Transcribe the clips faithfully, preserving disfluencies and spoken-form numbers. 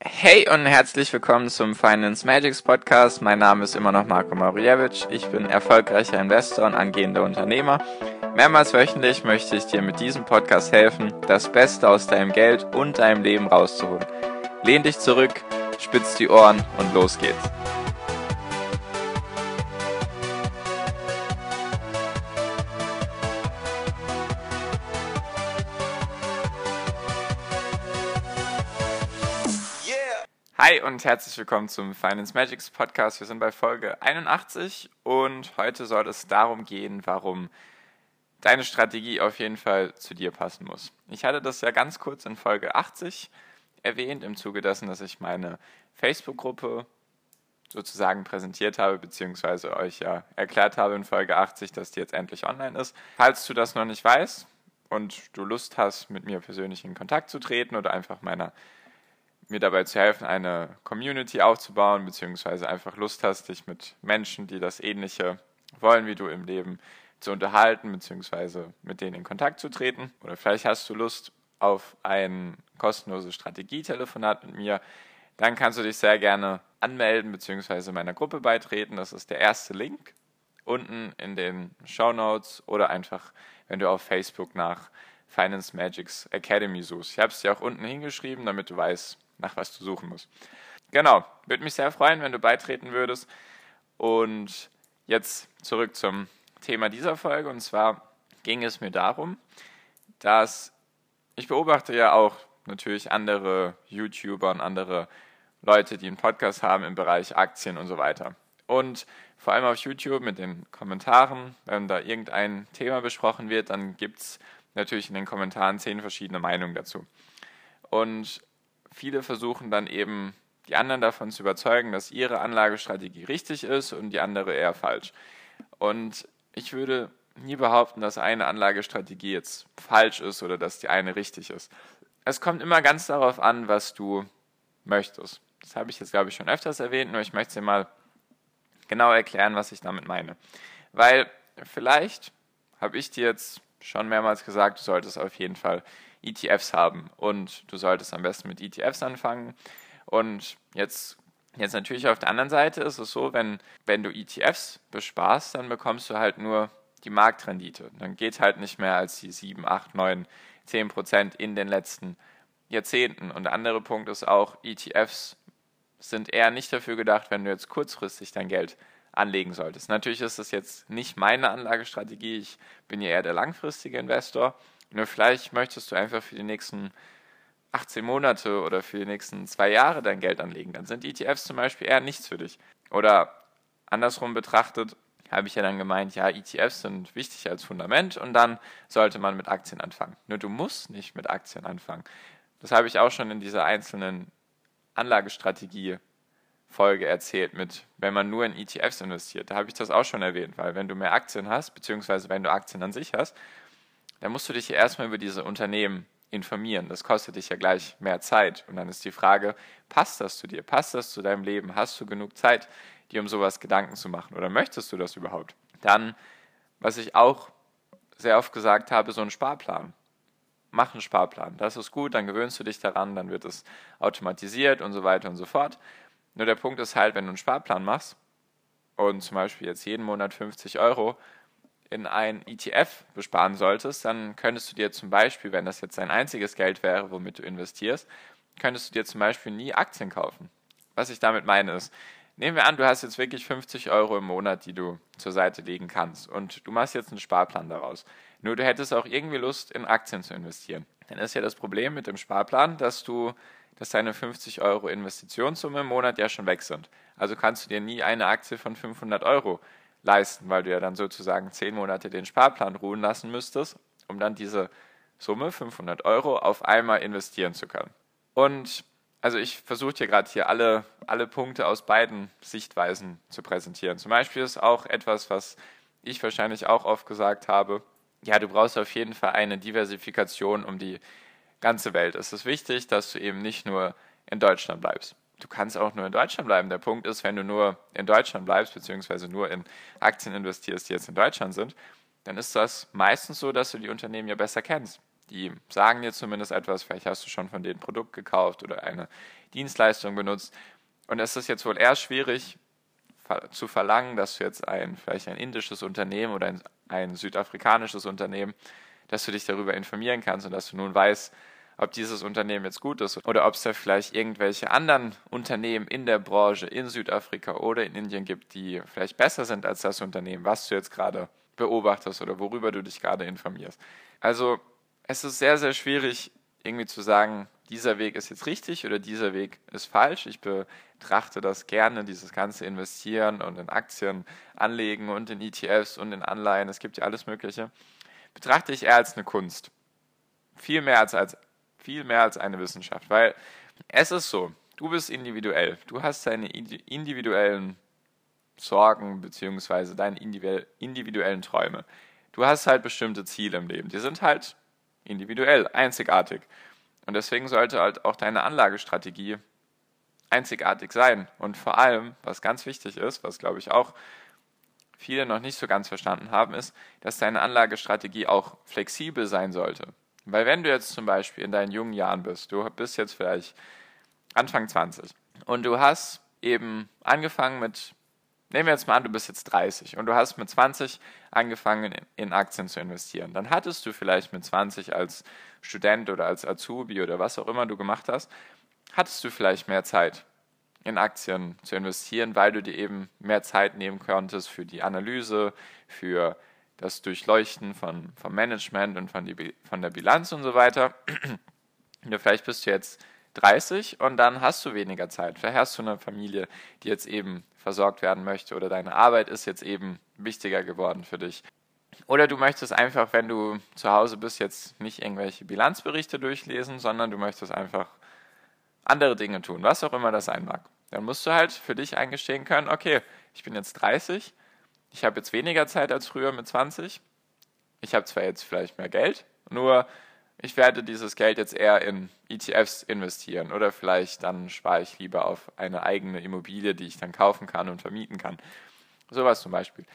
Hey und herzlich willkommen zum Finance Magics Podcast. Mein Name ist immer noch Marko Marijevic. Ich bin erfolgreicher Investor und angehender Unternehmer. Mehrmals wöchentlich möchte ich dir mit diesem Podcast helfen, das Beste aus deinem Geld und deinem Leben rauszuholen. Lehn dich zurück, spitz die Ohren und los geht's. Hi und herzlich willkommen zum Finance Magics Podcast. Wir sind bei Folge einundachtzig und heute soll es darum gehen, warum deine Strategie auf jeden Fall zu dir passen muss. Ich hatte das ja ganz kurz in Folge achtzig erwähnt, im Zuge dessen, dass ich meine Facebook-Gruppe sozusagen präsentiert habe, beziehungsweise euch ja erklärt habe in Folge achtzig, dass die jetzt endlich online ist. Falls du das noch nicht weißt und du Lust hast, mit mir persönlich in Kontakt zu treten oder einfach meiner mir dabei zu helfen, eine Community aufzubauen, beziehungsweise einfach Lust hast, dich mit Menschen, die das Ähnliche wollen wie du im Leben, zu unterhalten, beziehungsweise mit denen in Kontakt zu treten. Oder vielleicht hast du Lust auf ein kostenloses Strategietelefonat mit mir, dann kannst du dich sehr gerne anmelden, beziehungsweise meiner Gruppe beitreten. Das ist der erste Link unten in den Shownotes oder einfach, wenn du auf Facebook nach Finance Magics Academy suchst. Ich habe es dir auch unten hingeschrieben, damit du weißt, nach was du suchen musst. Genau, würde mich sehr freuen, wenn du beitreten würdest. Und jetzt zurück zum Thema dieser Folge. Und zwar ging es mir darum, dass ich beobachte ja auch natürlich andere YouTuber und andere Leute, die einen Podcast haben im Bereich Aktien und so weiter. Und vor allem auf YouTube mit den Kommentaren, wenn da irgendein Thema besprochen wird, dann gibt es natürlich in den Kommentaren zehn verschiedene Meinungen dazu. Und viele versuchen dann eben, die anderen davon zu überzeugen, dass ihre Anlagestrategie richtig ist und die andere eher falsch. Und ich würde nie behaupten, dass eine Anlagestrategie jetzt falsch ist oder dass die eine richtig ist. Es kommt immer ganz darauf an, was du möchtest. Das habe ich jetzt, glaube ich, schon öfters erwähnt, nur ich möchte es dir mal genau erklären, was ich damit meine. Weil vielleicht habe ich dir jetzt schon mehrmals gesagt, du solltest auf jeden Fall E T Fs haben und du solltest am besten mit E T Fs anfangen. Und jetzt, jetzt natürlich auf der anderen Seite ist es so, wenn, wenn du E T Fs besparst, dann bekommst du halt nur die Marktrendite. Dann geht halt nicht mehr als die sieben, acht, neun, zehn Prozent in den letzten Jahrzehnten. Und der andere Punkt ist auch, E T Fs sind eher nicht dafür gedacht, wenn du jetzt kurzfristig dein Geld anlegen solltest. Natürlich ist das jetzt nicht meine Anlagestrategie, ich bin ja eher der langfristige Investor. Nur vielleicht möchtest du einfach für die nächsten achtzehn Monate oder für die nächsten zwei Jahre dein Geld anlegen. Dann sind E T Fs zum Beispiel eher nichts für dich. Oder andersrum betrachtet, habe ich ja dann gemeint, ja, E T Fs sind wichtig als Fundament und dann sollte man mit Aktien anfangen. Nur du musst nicht mit Aktien anfangen. Das habe ich auch schon in dieser einzelnen Anlagestrategie-Folge erzählt mit, wenn man nur in E T Fs investiert. Da habe ich das auch schon erwähnt, weil wenn du mehr Aktien hast, beziehungsweise wenn du Aktien an sich hast, dann musst du dich ja erstmal über diese Unternehmen informieren. Das kostet dich ja gleich mehr Zeit. Und dann ist die Frage, passt das zu dir? Passt das zu deinem Leben? Hast du genug Zeit, dir um sowas Gedanken zu machen? Oder möchtest du das überhaupt? Dann, was ich auch sehr oft gesagt habe, so ein Sparplan. Mach einen Sparplan. Das ist gut, dann gewöhnst du dich daran, dann wird es automatisiert und so weiter und so fort. Nur der Punkt ist halt, wenn du einen Sparplan machst und zum Beispiel jetzt jeden Monat fünfzig Euro in ein E T F besparen solltest, dann könntest du dir zum Beispiel, wenn das jetzt dein einziges Geld wäre, womit du investierst, könntest du dir zum Beispiel nie Aktien kaufen. Was ich damit meine ist, nehmen wir an, du hast jetzt wirklich fünfzig Euro im Monat, die du zur Seite legen kannst und du machst jetzt einen Sparplan daraus. Nur du hättest auch irgendwie Lust, in Aktien zu investieren. Dann ist ja das Problem mit dem Sparplan, dass du, dass deine fünfzig Euro Investitionssumme im Monat ja schon weg sind. Also kannst du dir nie eine Aktie von fünfhundert Euro leisten, weil du ja dann sozusagen zehn Monate den Sparplan ruhen lassen müsstest, um dann diese Summe, fünfhundert Euro, auf einmal investieren zu können. Und also ich versuche hier gerade hier alle, alle Punkte aus beiden Sichtweisen zu präsentieren. Zum Beispiel ist auch etwas, was ich wahrscheinlich auch oft gesagt habe, ja, du brauchst auf jeden Fall eine Diversifikation um die ganze Welt. Es ist wichtig, dass du eben nicht nur in Deutschland bleibst. Du kannst auch nur in Deutschland bleiben. Der Punkt ist, wenn du nur in Deutschland bleibst, beziehungsweise nur in Aktien investierst, die jetzt in Deutschland sind, dann ist das meistens so, dass du die Unternehmen ja besser kennst. Die sagen dir zumindest etwas, vielleicht hast du schon von denen ein Produkt gekauft oder eine Dienstleistung benutzt. Und es ist jetzt wohl eher schwierig zu verlangen, dass du jetzt ein, vielleicht ein indisches Unternehmen oder ein, ein südafrikanisches Unternehmen, dass du dich darüber informieren kannst und dass du nun weißt, ob dieses Unternehmen jetzt gut ist oder ob es da vielleicht irgendwelche anderen Unternehmen in der Branche in Südafrika oder in Indien gibt, die vielleicht besser sind als das Unternehmen, was du jetzt gerade beobachtest oder worüber du dich gerade informierst. Also es ist sehr, sehr schwierig, irgendwie zu sagen, dieser Weg ist jetzt richtig oder dieser Weg ist falsch. Ich betrachte das gerne, dieses ganze Investieren und in Aktien anlegen und in E T Fs und in Anleihen, es gibt ja alles Mögliche, betrachte ich eher als eine Kunst. Viel mehr als, als, viel mehr als eine Wissenschaft, weil es ist so, du bist individuell, du hast deine individuellen Sorgen beziehungsweise deine individuellen Träume. Du hast halt bestimmte Ziele im Leben, die sind halt individuell, einzigartig. Und deswegen sollte halt auch deine Anlagestrategie einzigartig sein. Und vor allem, was ganz wichtig ist, was glaube ich auch viele noch nicht so ganz verstanden haben, ist, dass deine Anlagestrategie auch flexibel sein sollte. Weil wenn du jetzt zum Beispiel in deinen jungen Jahren bist, du bist jetzt vielleicht Anfang zwanzig und du hast eben angefangen mit, nehmen wir jetzt mal an, du bist jetzt dreißig und du hast mit zwanzig angefangen in Aktien zu investieren. Dann hattest du vielleicht mit zwanzig als Student oder als Azubi oder was auch immer du gemacht hast, hattest du vielleicht mehr Zeit in Aktien zu investieren, weil du dir eben mehr Zeit nehmen konntest für die Analyse, für das Durchleuchten von, vom Management und von, die, von der Bilanz und so weiter. Und vielleicht bist du jetzt dreißig und dann hast du weniger Zeit. Vielleicht hast du eine Familie, die jetzt eben versorgt werden möchte oder deine Arbeit ist jetzt eben wichtiger geworden für dich. Oder du möchtest einfach, wenn du zu Hause bist, jetzt nicht irgendwelche Bilanzberichte durchlesen, sondern du möchtest einfach andere Dinge tun, was auch immer das sein mag. Dann musst du halt für dich eingestehen können, okay, ich bin jetzt dreißig, ich habe jetzt weniger Zeit als früher mit zwanzig, ich habe zwar jetzt vielleicht mehr Geld, nur ich werde dieses Geld jetzt eher in E T Fs investieren oder vielleicht dann spare ich lieber auf eine eigene Immobilie, die ich dann kaufen kann und vermieten kann. Sowas zum Beispiel.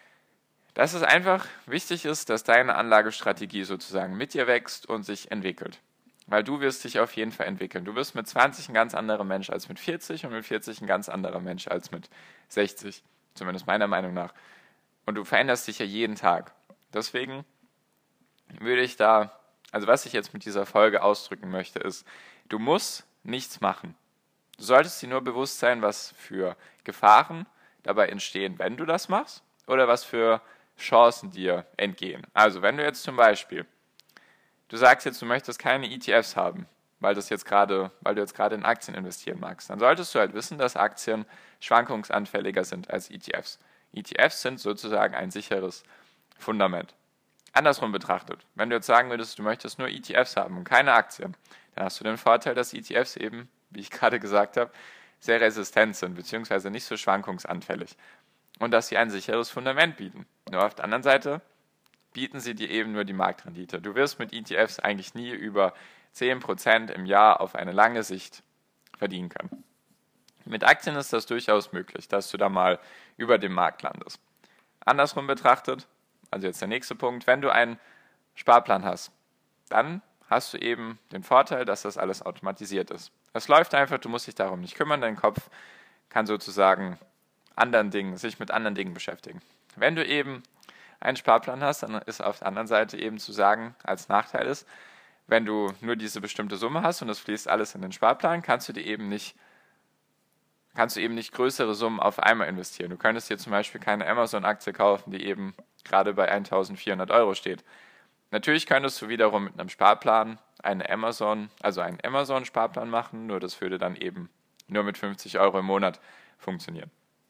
Dass es einfach wichtig ist, dass deine Anlagestrategie sozusagen mit dir wächst und sich entwickelt. Weil du wirst dich auf jeden Fall entwickeln. Du bist mit zwanzig ein ganz anderer Mensch als mit vierzig und mit vierzig ein ganz anderer Mensch als mit sechzig. Zumindest meiner Meinung nach. Und du veränderst dich ja jeden Tag. Deswegen würde ich da, also was ich jetzt mit dieser Folge ausdrücken möchte, ist, du musst nichts machen. Du solltest dir nur bewusst sein, was für Gefahren dabei entstehen, wenn du das machst, oder was für Chancen dir entgehen. Also wenn du jetzt zum Beispiel, du sagst jetzt, du möchtest keine E T Fs haben, weil, das jetzt gerade, weil du jetzt gerade in Aktien investieren magst, dann solltest du halt wissen, dass Aktien schwankungsanfälliger sind als E T Fs. E T Fs sind sozusagen ein sicheres Fundament. Andersrum betrachtet, wenn du jetzt sagen würdest, du möchtest nur E T Fs haben und keine Aktien, dann hast du den Vorteil, dass E T Fs eben, wie ich gerade gesagt habe, sehr resistent sind, beziehungsweise nicht so schwankungsanfällig. Und dass sie ein sicheres Fundament bieten. Nur auf der anderen Seite bieten sie dir eben nur die Marktrendite. Du wirst mit E T Fs eigentlich nie über zehn Prozent im Jahr auf eine lange Sicht verdienen können. Mit Aktien ist das durchaus möglich, dass du da mal über dem Markt landest. Andersrum betrachtet, also jetzt der nächste Punkt, wenn du einen Sparplan hast, dann hast du eben den Vorteil, dass das alles automatisiert ist. Es läuft einfach, du musst dich darum nicht kümmern, dein Kopf kann sozusagen anderen Dingen, sich mit anderen Dingen beschäftigen. Wenn du eben einen Sparplan hast, dann ist auf der anderen Seite eben zu sagen, als Nachteil ist, wenn du nur diese bestimmte Summe hast und das fließt alles in den Sparplan, kannst du dir eben nicht, kannst du eben nicht größere Summen auf einmal investieren. Du könntest dir zum Beispiel keine Amazon-Aktie kaufen, die eben gerade bei eintausendvierhundert Euro steht. Natürlich könntest du wiederum mit einem Sparplan eine Amazon, also einen Amazon-Sparplan machen, nur das würde dann eben nur mit fünfzig Euro im Monat funktionieren.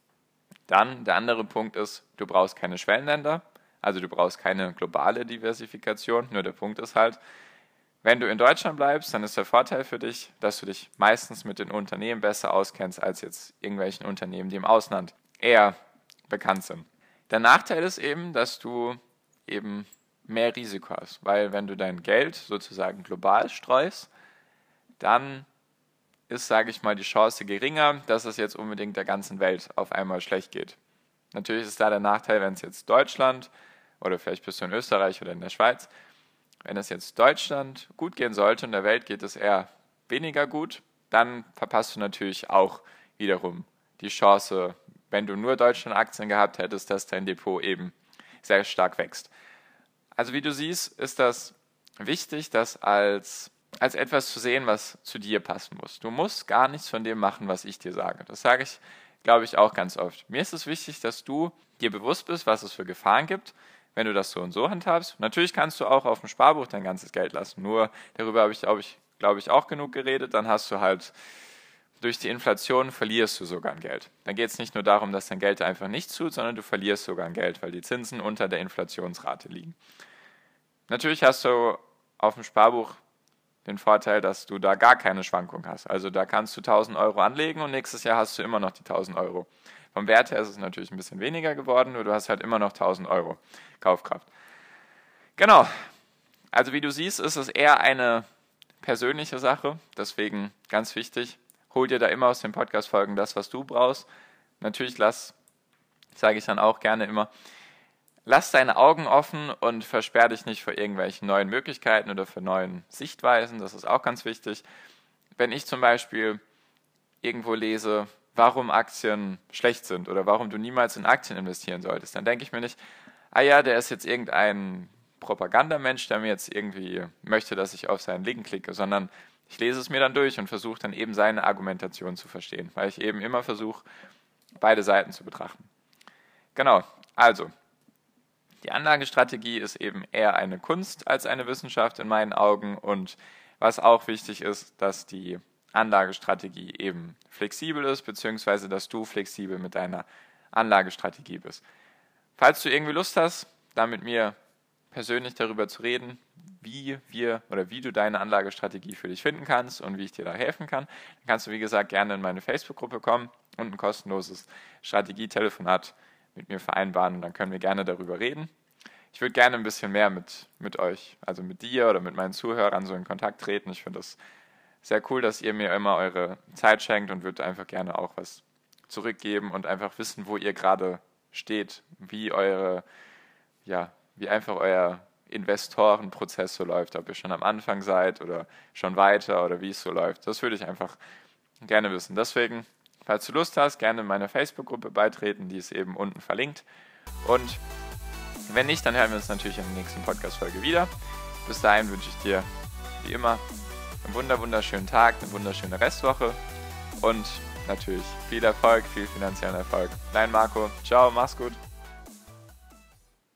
Dann der andere Punkt ist, du brauchst keine Schwellenländer, also du brauchst keine globale Diversifikation, nur der Punkt ist halt, wenn du in Deutschland bleibst, dann ist der Vorteil für dich, dass du dich meistens mit den Unternehmen besser auskennst als jetzt irgendwelchen Unternehmen, die im Ausland eher bekannt sind. Der Nachteil ist eben, dass du eben mehr Risiko hast, weil wenn du dein Geld sozusagen global streust, dann ist, sage ich mal, die Chance geringer, dass es jetzt unbedingt der ganzen Welt auf einmal schlecht geht. Natürlich ist da der Nachteil, wenn es jetzt Deutschland oder vielleicht bist du in Österreich oder in der Schweiz, wenn es jetzt Deutschland gut gehen sollte und der Welt geht es eher weniger gut, dann verpasst du natürlich auch wiederum die Chance, wenn du nur Deutschland-Aktien gehabt hättest, dass dein Depot eben sehr stark wächst. Also wie du siehst, ist das wichtig, das als, als etwas zu sehen, was zu dir passen muss. Du musst gar nichts von dem machen, was ich dir sage. Das sage ich, glaube ich, auch ganz oft. Mir ist es wichtig, dass du dir bewusst bist, was es für Gefahren gibt, wenn du das so und so handhabst. Natürlich kannst du auch auf dem Sparbuch dein ganzes Geld lassen. Nur darüber habe ich, glaube ich, glaube ich, auch genug geredet. Dann hast du halt durch die Inflation verlierst du sogar an Geld. Dann geht es nicht nur darum, dass dein Geld einfach nichts tut, sondern du verlierst sogar an Geld, weil die Zinsen unter der Inflationsrate liegen. Natürlich hast du auf dem Sparbuch den Vorteil, dass du da gar keine Schwankung hast. Also da kannst du tausend Euro anlegen und nächstes Jahr hast du immer noch die tausend Euro. Vom Wert her ist es natürlich ein bisschen weniger geworden, nur du hast halt immer noch tausend Euro Kaufkraft. Genau. Also wie du siehst, ist es eher eine persönliche Sache. Deswegen ganz wichtig, hol dir da immer aus den Podcast-Folgen das, was du brauchst. Natürlich lass, sage ich dann auch gerne immer, lass deine Augen offen und versperr dich nicht vor irgendwelchen neuen Möglichkeiten oder für neuen Sichtweisen. Das ist auch ganz wichtig. Wenn ich zum Beispiel irgendwo lese, warum Aktien schlecht sind oder warum du niemals in Aktien investieren solltest, dann denke ich mir nicht, ah ja, der ist jetzt irgendein Propagandamensch, der mir jetzt irgendwie möchte, dass ich auf seinen Link klicke, sondern ich lese es mir dann durch und versuche dann eben seine Argumentation zu verstehen, weil ich eben immer versuche, beide Seiten zu betrachten. Genau, also die Anlagestrategie ist eben eher eine Kunst als eine Wissenschaft in meinen Augen und was auch wichtig ist, dass die Anlagestrategie eben flexibel ist, beziehungsweise dass du flexibel mit deiner Anlagestrategie bist. Falls du irgendwie Lust hast, da mit mir persönlich darüber zu reden, wie wir oder wie du deine Anlagestrategie für dich finden kannst und wie ich dir da helfen kann, dann kannst du, wie gesagt, gerne in meine Facebook-Gruppe kommen und ein kostenloses Strategietelefonat mit mir vereinbaren und dann können wir gerne darüber reden. Ich würde gerne ein bisschen mehr mit, mit euch, also mit dir oder mit meinen Zuhörern so in Kontakt treten. Ich finde das sehr cool, dass ihr mir immer eure Zeit schenkt und würde einfach gerne auch was zurückgeben und einfach wissen, wo ihr gerade steht, wie eure, ja, wie einfach euer Investorenprozess so läuft, ob ihr schon am Anfang seid oder schon weiter oder wie es so läuft. Das würde ich einfach gerne wissen. Deswegen, falls du Lust hast, gerne in meiner Facebook-Gruppe beitreten, die ist eben unten verlinkt. Und wenn nicht, dann hören wir uns natürlich in der nächsten Podcast-Folge wieder. Bis dahin wünsche ich dir, wie immer, einen wunder wunderschönen Tag, eine wunderschöne Restwoche und natürlich viel Erfolg, viel finanziellen Erfolg. Dein Marco. Ciao, mach's gut.